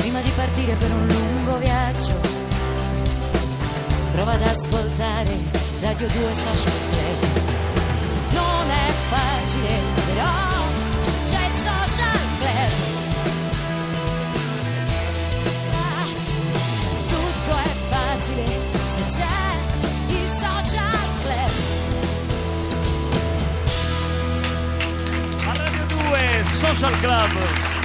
Prima di partire per un lungo viaggio, prova ad ascoltare Radio 2 Social Club. Non è facile, però c'è il Social Club. Tutto è facile se c'è il Social Club. A Radio 2 Social Club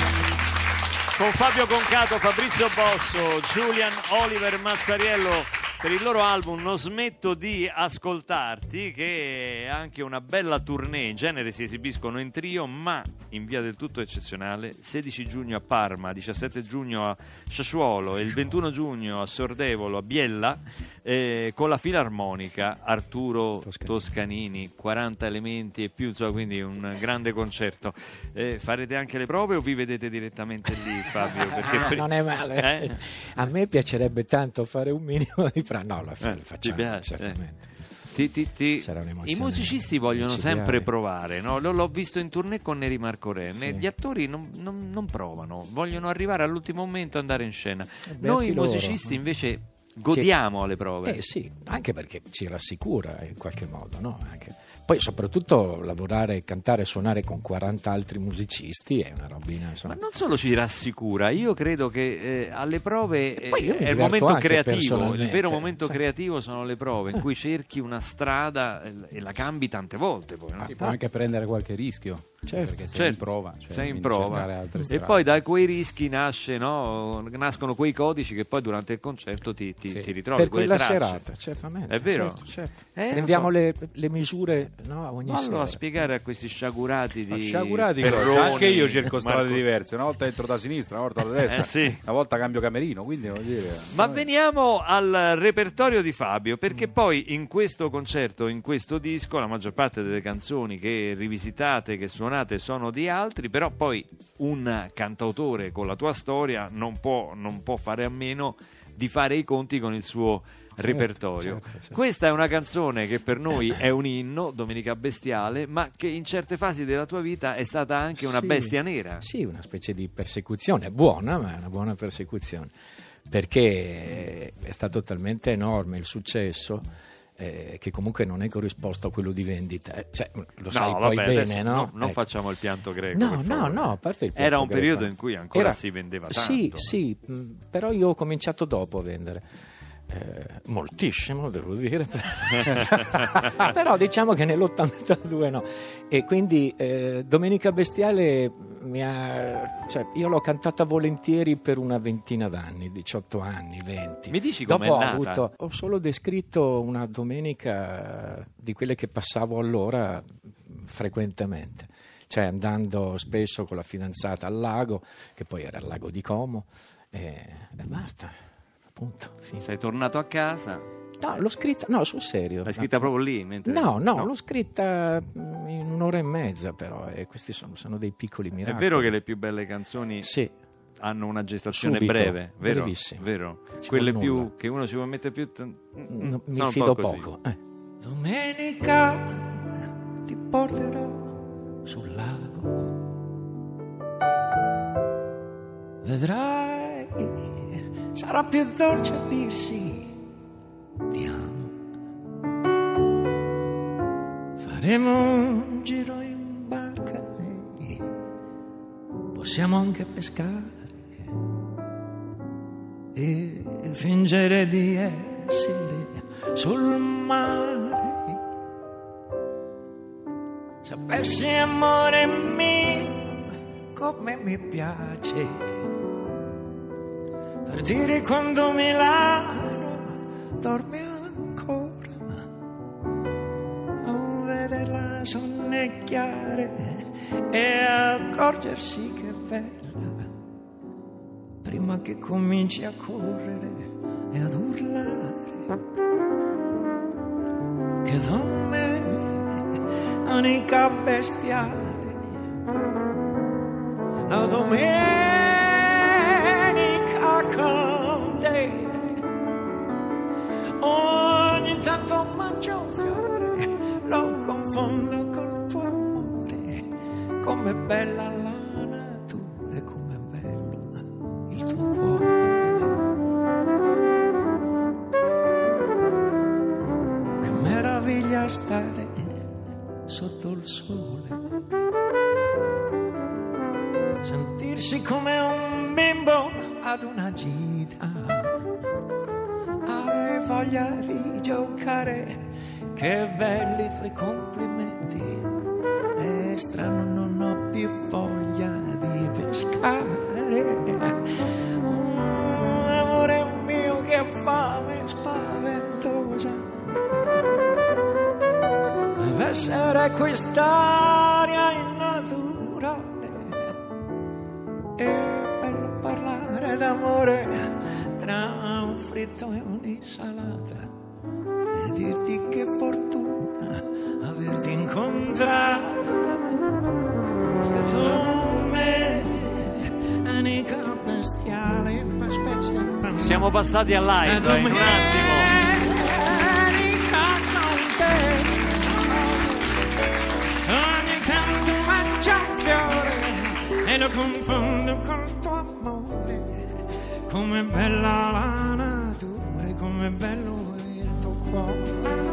con Fabio Concato, Fabrizio Bosso, Julian Oliver Mazzariello per il loro album Non smetto di ascoltarti, che è anche una bella tournée. In genere si esibiscono in trio, ma in via del tutto eccezionale. 16 giugno a Parma, 17 giugno a Sassuolo e il 21 giugno a Sordevolo, a Biella, con la Filarmonica Arturo Toscanini, 40 elementi e più, insomma, quindi un grande concerto. Farete anche le prove o vi vedete direttamente lì, Fabio? Perché non è male. A me piacerebbe tanto fare un minimo di no, la facciamo certamente. Sarà un'emozione. I musicisti vogliono sempre provare, no? L'ho visto in tournée con Neri Marco Re. Sì. Gli attori non provano, vogliono arrivare all'ultimo momento e andare in scena. Noi loro, musicisti invece godiamo alle prove. Sì, anche perché ci rassicura in qualche modo, no? Poi soprattutto lavorare, cantare, suonare con 40 altri musicisti è una robina, insomma. Ma non solo ci rassicura, io credo che alle prove è il momento momento creativo. Il vero momento creativo sono le prove, in cui cerchi una strada e la cambi tante volte. Poi, no? Si può anche prendere qualche rischio, perché sei in prova. Sei in prova. E poi da quei rischi nascono quei codici che poi durante il concerto ti ritrovi. Per quella tracce. serata, certamente. È vero? Certo. Prendiamo le misure, no, ogni sera. A spiegare a questi sciagurati di sciagurati, anche io cerco strade diverse, una volta entro da sinistra, una volta da destra, sì. Una volta cambio camerino, quindi vuol dire. Ma veniamo al repertorio di Fabio, perché poi in questo concerto, in questo disco, la maggior parte delle canzoni che rivisitate, che suonate sono di altri, però poi un cantautore con la tua storia non può fare a meno di fare i conti con il suo repertorio. Certo. Questa è una canzone che per noi è un inno, Domenica Bestiale, ma che in certe fasi della tua vita è stata anche una bestia nera. Sì, una specie di persecuzione, buona, ma è una buona persecuzione, perché è stato talmente enorme il successo che comunque non è corrisposto a quello di vendita. Lo sai poi bene, no? Non facciamo il pianto greco. No, a parte il pianto era un greco, periodo in cui ancora si vendeva tanto. Sì, però io ho cominciato dopo a vendere. Moltissimo, devo dire. Però diciamo che nell'82 no. E quindi Domenica Bestiale io l'ho cantata volentieri per una ventina d'anni, 18 anni, 20. Mi dici com'è nata? Ho solo descritto una domenica di quelle che passavo allora frequentemente, cioè andando spesso con la fidanzata al lago, che poi era il lago di Como, e basta. Punto, sei tornato a casa? No, l'ho scritta, sul serio. L'hai scritta proprio lì? No, l'ho scritta in un'ora e mezza, però, e questi sono dei piccoli miracoli. È vero che le più belle canzoni hanno una gestazione breve, vero? Brevissimo. Vero. Quelle più che uno ci può mettere più mi fido poco. Domenica ti porterò sul lago, vedrai, sarà più dolce dirsi ti amo. Faremo un giro in barca e possiamo anche pescare e fingere di essere sul mare. Sapessi, amore mio, come mi piace partire quando Milano dorme ancora, a vederla sonnecchiare e accorgersi che è bella prima che cominci a correre e ad urlare. Che domenica bestiale, la domenica con te, ogni tanto mangio un fiore, lo confondo col tuo amore, com'è bella la natura e com'è bello il tuo cuore. a stare sotto il sole, sentirsi come un bimbo ad una gita. Hai voglia di giocare, che belli i tuoi complimenti. È strano, non ho più voglia di pescare. Amore mio, che fame spaventosa. Deve essere quest'aria innaturale. È bello parlare d'amore tra un fritto e un'insalata e dirti che fortuna averti incontrato. Come anica bestiale. Siamo passati al live in un attimo. Ogni tanto mangia un fiore e lo confondo col tuo amore. Com'è bella la natura e com'è bello il tuo cuore.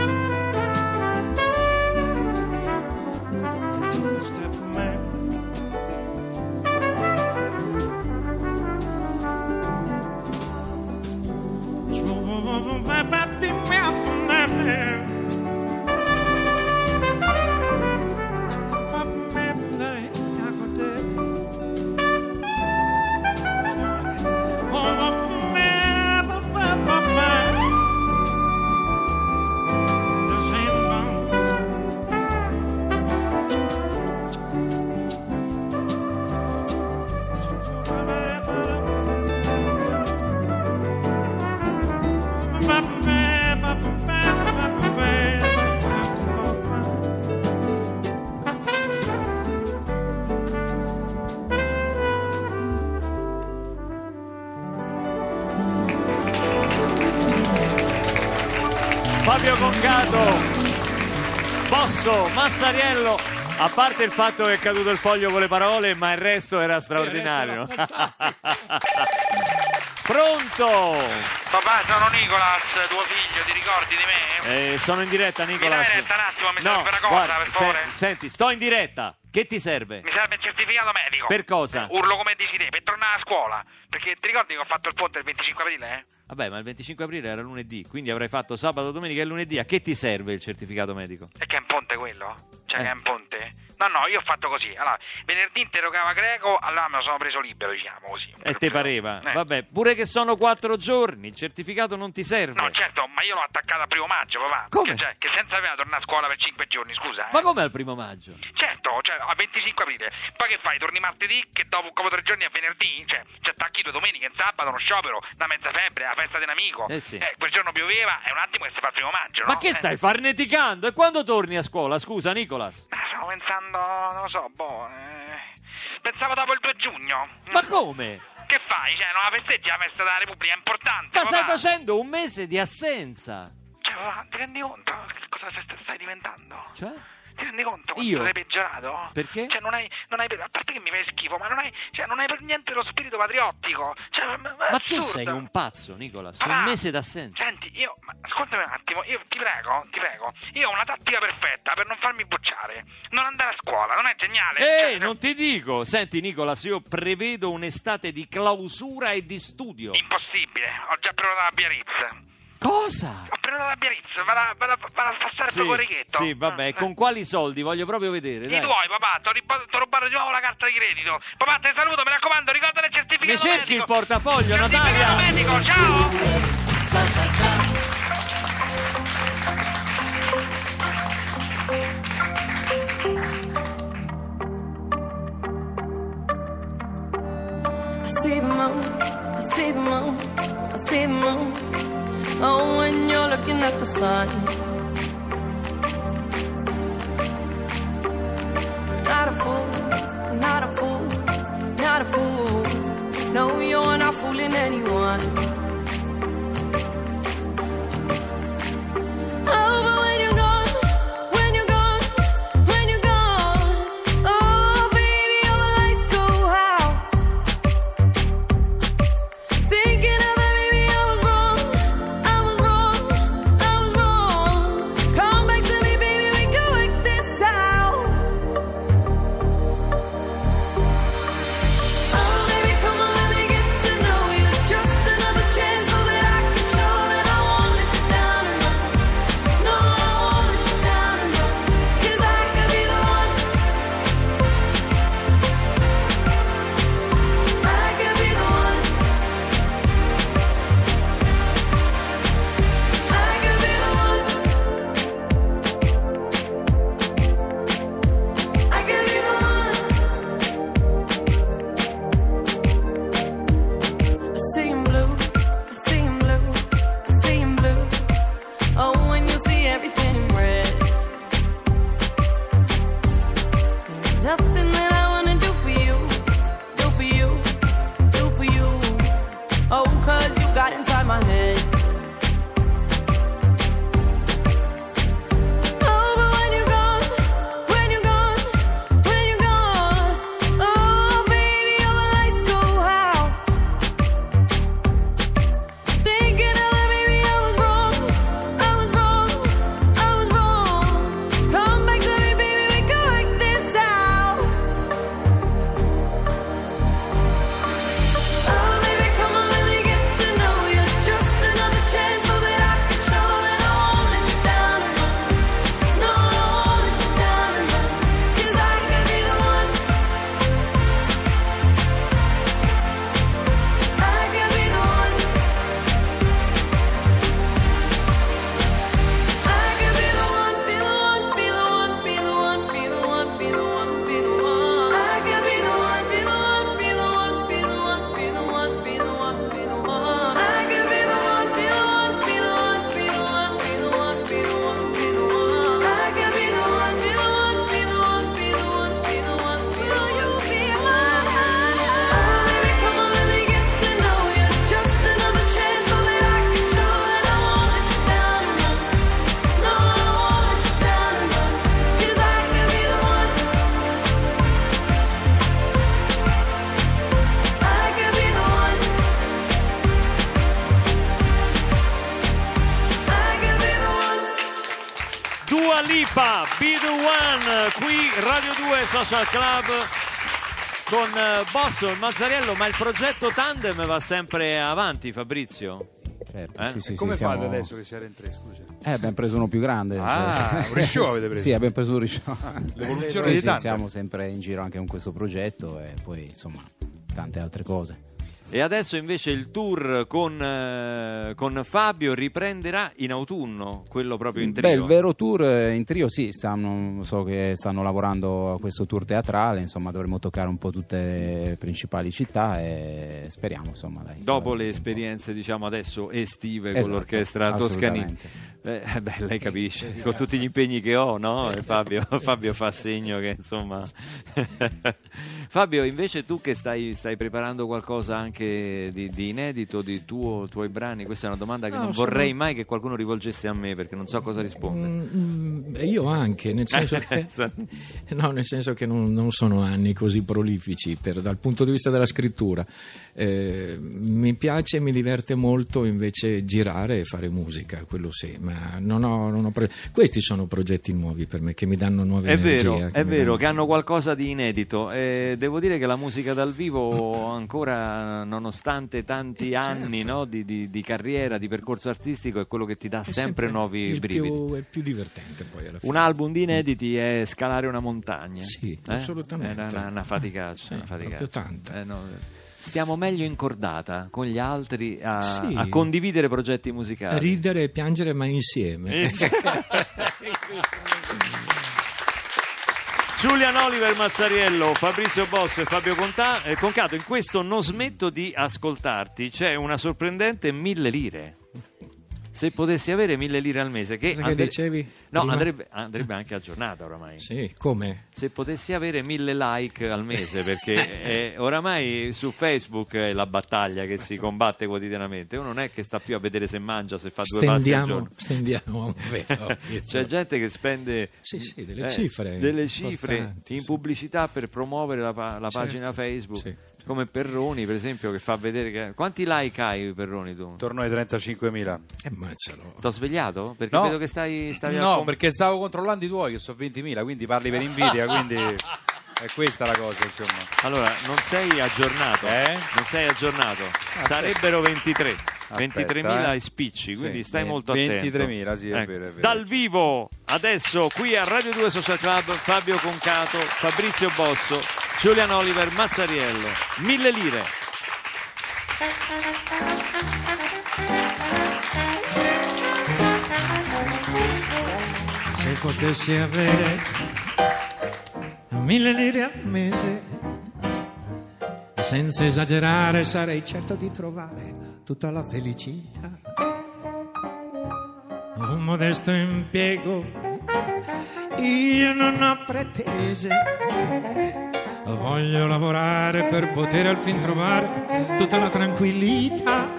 Fabio Concato, Bosso, Mazzariello, a parte il fatto che è caduto il foglio con le parole, ma il resto era straordinario. Pronto? Papà, sono Nicolas, tuo figlio, ti ricordi di me? Sono in diretta, Nicolas. Mi dai retta un attimo, mi serve una cosa, guarda, per favore. Senti, sto in diretta. Che ti serve? Mi serve il certificato medico. Per cosa? Urlo come dici te, per tornare a scuola. Perché ti ricordi che ho fatto il ponte il 25 aprile, Vabbè, ma il 25 aprile era lunedì, quindi avrai fatto sabato, domenica e lunedì. A che ti serve il certificato medico? E che è un ponte quello? Cioè che è un ponte? No, io ho fatto così. Allora, venerdì interrogava greco, allora me lo sono preso libero, diciamo così. E te pareva? Vabbè, pure che sono 4 giorni, il certificato non ti serve. No, certo, ma io l'ho attaccato al 1 maggio, papà. Come? Che senza aveva tornare a scuola per 5 giorni, scusa. Ma com'è il 1 maggio? Certo, cioè al 25 aprile. Poi che fai? Torni martedì, che dopo 3 giorni a venerdì? Cioè, ci attacchi 2 domeniche, in sabato, uno sciopero, una mezza febbre, la festa di un amico. Sì. Quel giorno pioveva, è un attimo che si fa il 1 maggio, no? Ma che stai farneticando? E quando torni a scuola, scusa, Nicolas? Stavo pensando, non lo so, pensavo dopo il 2 giugno. Ma come? Che fai? Cioè, non la festeggi la festa della Repubblica, è importante. Ma stai papà. facendo un mese di assenza. Cioè, papà, ti rendi conto che cosa stai diventando? Cioè? Ti rendi conto quanto Io? sei peggiorato? Perché? Cioè, non hai, a parte che mi fai schifo, ma non hai per niente lo spirito patriottico. Cioè, Ma tu sei un pazzo, Nicolas. Papà, Un mese d'assenza. Senti, ascoltami un attimo, io ti prego, io ho una tattica perfetta per non farmi bocciare. Non andare a scuola, non è geniale? Cioè, Non ti dico. Senti, Nicolas, io prevedo un'estate di clausura e di studio. Impossibile, ho già prenotato la Biarritz. Cosa? Ho prenotato la Biarritz, vado a passare proprio Righetto. Sì, vabbè, con quali soldi? Voglio proprio vedere, I dai. tuoi, papà, t'ho rubato di nuovo la carta di credito. Papà, te saluto, mi raccomando, ricorda il certificato Mi cerchi medico. il portafoglio, Certificato Natalia? medico, ciao! Social Club. I see the moon, I see the moon, I see the moon. Oh, when you're looking at the sun. Not a fool, not a fool, not a fool. No, you're not fooling anyone. Oh, but when you're gone, when you're gone, when you're gone, oh, baby, all the lights go out. Thinking of that, baby, I was wrong, I was wrong, I was wrong. Come back Dua Lipa, Be The One, qui Radio 2 Social Club con Bosso e Mazzariello, ma il progetto Tandem va sempre avanti, Fabrizio? Certo, sì, Come siamo... fate adesso che siete in tre? Scusa. Abbiamo preso uno più grande. Ah, un risciò avete preso? Sì, abbiamo preso un risciò. L'evoluzione di Tandem. Siamo sempre in giro anche con questo progetto e poi insomma tante altre cose. E adesso invece il tour con Fabio riprenderà in autunno, quello proprio in trio. Beh, il vero tour in trio sì, so che stanno lavorando a questo tour teatrale, insomma dovremo toccare un po' tutte le principali città e speriamo insomma dai. Dopo le esperienze diciamo adesso estive con Esatto, l'orchestra Toscanini. assolutamente. Beh, lei capisce, con tutti gli impegni che ho, no? E Fabio fa segno che insomma... Fabio, invece tu che stai preparando qualcosa anche di inedito, di tuoi brani? Questa è una domanda che non vorrei mai che qualcuno rivolgesse a me, perché non so cosa rispondere. Io anche, nel senso che, no, nel senso che non sono anni così prolifici dal punto di vista della scrittura. Mi piace e mi diverte molto invece girare e fare musica, quello sì, ma non ho questi sono progetti nuovi per me che mi danno nuove energie. È vero che hanno qualcosa di inedito. Devo dire che la musica dal vivo ancora, nonostante tanti anni, no, di carriera, di percorso artistico, è quello che ti dà sempre nuovi brividi. È più divertente poi alla fine. Un album di inediti è scalare una montagna. Sì, assolutamente. È una faticaccia. Sì, proprio tanta. Stiamo meglio in cordata con gli altri a condividere progetti musicali. Ridere e piangere ma insieme. Julian Oliver Mazzariello, Fabrizio Bosso e Fabio Concato, in questo Non smetto di ascoltarti c'è una sorprendente 1.000 lire. Se potessi avere 1.000 lire al mese, che dicevi? No, Prima? andrebbe anche aggiornata oramai. Sì, come? Se potessi avere 1.000 like al mese, perché oramai su Facebook è la battaglia che si combatte quotidianamente. Uno non è che sta più a vedere se mangia, se fa due passi al giorno. Stendiamo. C'è gente che spende delle cifre importanti, in pubblicità per promuovere la pagina Facebook. Sì. Come Perroni, per esempio, che fa vedere che... Quanti like hai, Perroni, tu? Intorno ai 35.000. Mazzalo. T'ho svegliato? Perché No. vedo che stavi No, perché stavo controllando i tuoi che sono 20.000, quindi parli per invidia, quindi è questa la cosa, insomma. Allora, non sei aggiornato. Non sei aggiornato. Sarebbero 23. 23.000 e spicci, quindi stai molto attento. 23.000, sì, è vero, è vero. Dal vivo, adesso qui a Radio 2 Social Club, Fabio Concato, Fabrizio Bosso, Julian Oliver Mazzariello. 1.000 lire. Se potessi avere 1.000 lire al mese, senza esagerare sarei certo di trovare tutta la felicità. Un modesto impiego, io non ho pretese, voglio lavorare per poter al fin trovare tutta la tranquillità.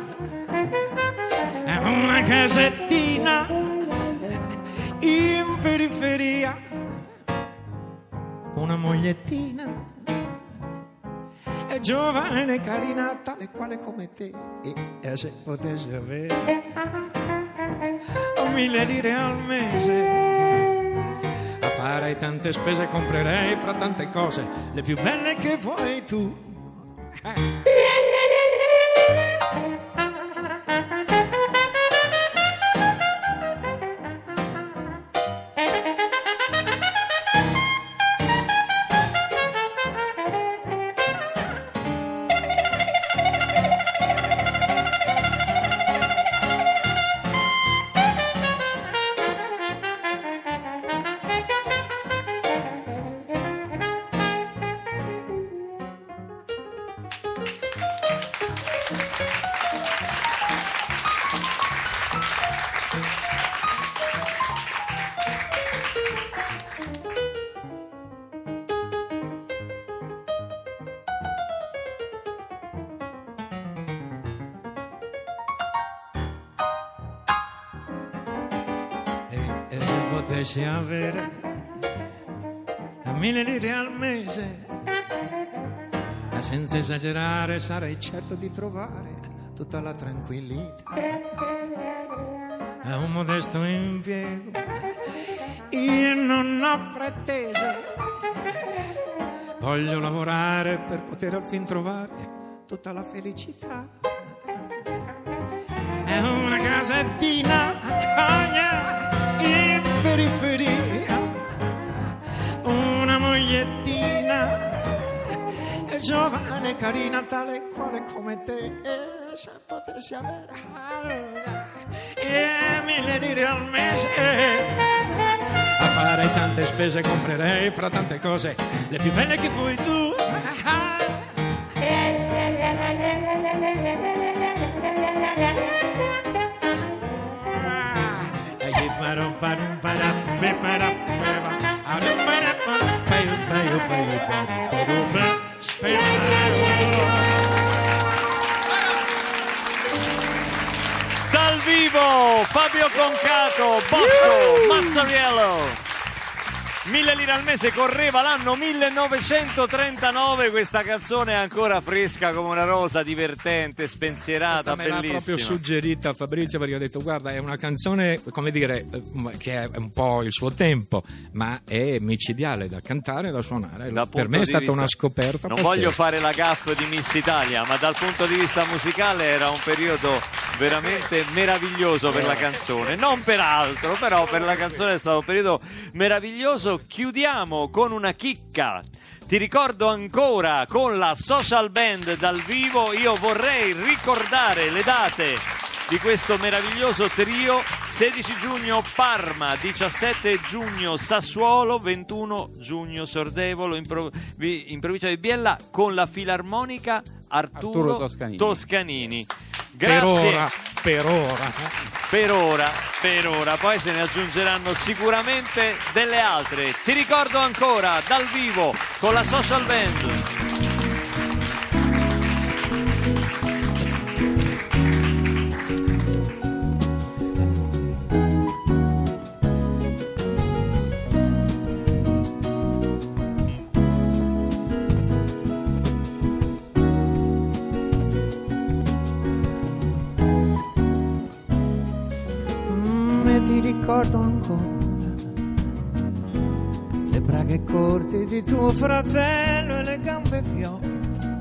Una casettina in periferia, una mogliettina è giovane, carina, tale quale come te. E se potessi avere 1.000 lire al mese, a fare tante spese comprerei fra tante cose le più belle che vuoi tu. E se potessi avere 1.000 lire al mese, senza esagerare sarei certo di trovare tutta la tranquillità. Un modesto impiego, io non ho pretese. Voglio lavorare per poter al fin trovare tutta la felicità. È una casettina in periferia, una mogliettina giovane, carina, tale quale come te. Se potessi avere 1.000 lire al mese, a fare tante spese comprerei fra tante cose le più belle che fui tu. Dal vivo Fabio Concato, Bosso, Mazzariello. 1.000 lire al mese, correva l'anno 1939, questa canzone è ancora fresca come una rosa, divertente, spensierata, me l'ha bellissima. proprio suggerita Fabrizio, perché ho detto guarda, è una canzone, come dire, che è un po' il suo tempo, ma è micidiale da cantare e da suonare. Dal Per punto me è di stata vista- una scoperta Non pazzesca. voglio fare la gaffe di Miss Italia, ma dal punto di vista musicale era un periodo veramente meraviglioso per la canzone. Non per altro, però per la canzone è stato un periodo meraviglioso. Chiudiamo con una chicca. Ti ricordo ancora con la Social Band dal vivo. Io vorrei ricordare le date di questo meraviglioso trio: 16 giugno Parma, 17 giugno Sassuolo, 21 giugno Sordevolo in provincia di Biella, con la filarmonica Arturo Toscanini. Grazie. Per ora. Per ora, poi se ne aggiungeranno sicuramente delle altre. Ti ricordo ancora dal vivo con la Social Band. Ti ricordo ancora le braghe corte di tuo fratello e le gambe viola,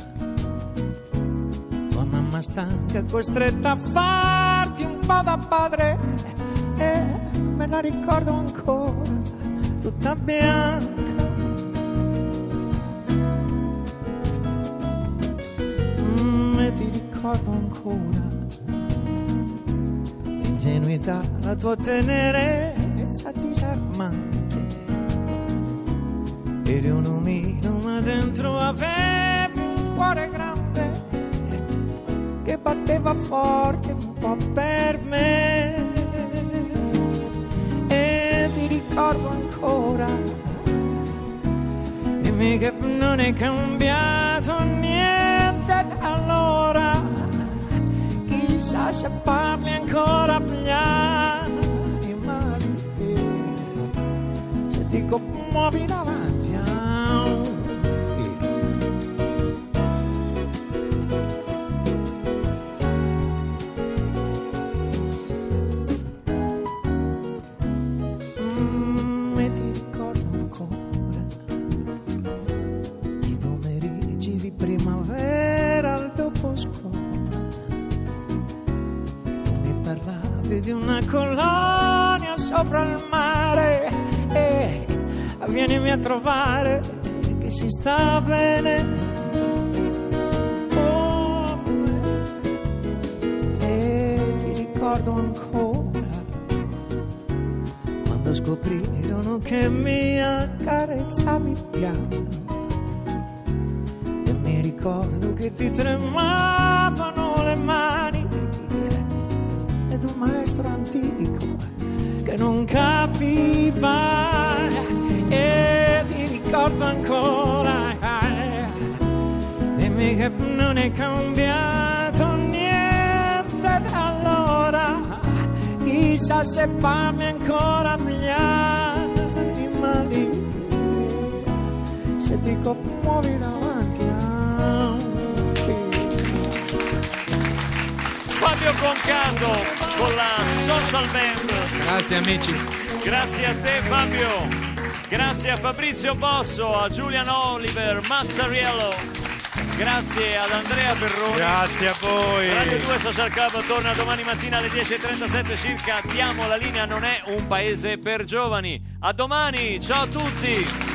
tua mamma stanca costretta a farti un po' da padre, e me la ricordo ancora tutta bianca. E ti ricordo ancora l'ingenuità, la tua tenerezza disarmante. Eri un omino ma dentro avevi un cuore grande che batteva forte un po' per me. E ti ricordo ancora, dimmi che non è cambiato niente da allora. Chissà se parli ancora agli animali, se ti commuovi davanti a un film. E ti ricordo ancora i pomeriggi di primavera al dopo scuola. Parlavi di una colonia sopra il mare e vienimi a trovare che si sta bene. Oh, e ti ricordo ancora quando scoprirono che mi accarezzavi piano, e mi ricordo che ti tremavano le mani ed un maestro antico che non capiva. E ti ricordo ancora, dimmi che non è cambiato niente da allora. Chissà se parli ancora agli animali, se ti commuovi davanti a un figlio. Fabio Concato con la Social Band. Grazie amici. Grazie a te Fabio, grazie a Fabrizio Bosso, a Julian Oliver Mazzariello, grazie ad Andrea Perroni. Grazie a voi. Radio 2 Social Club torna domani mattina alle 10:37 circa. Diamo la linea, non è un paese per giovani. A domani, ciao a tutti.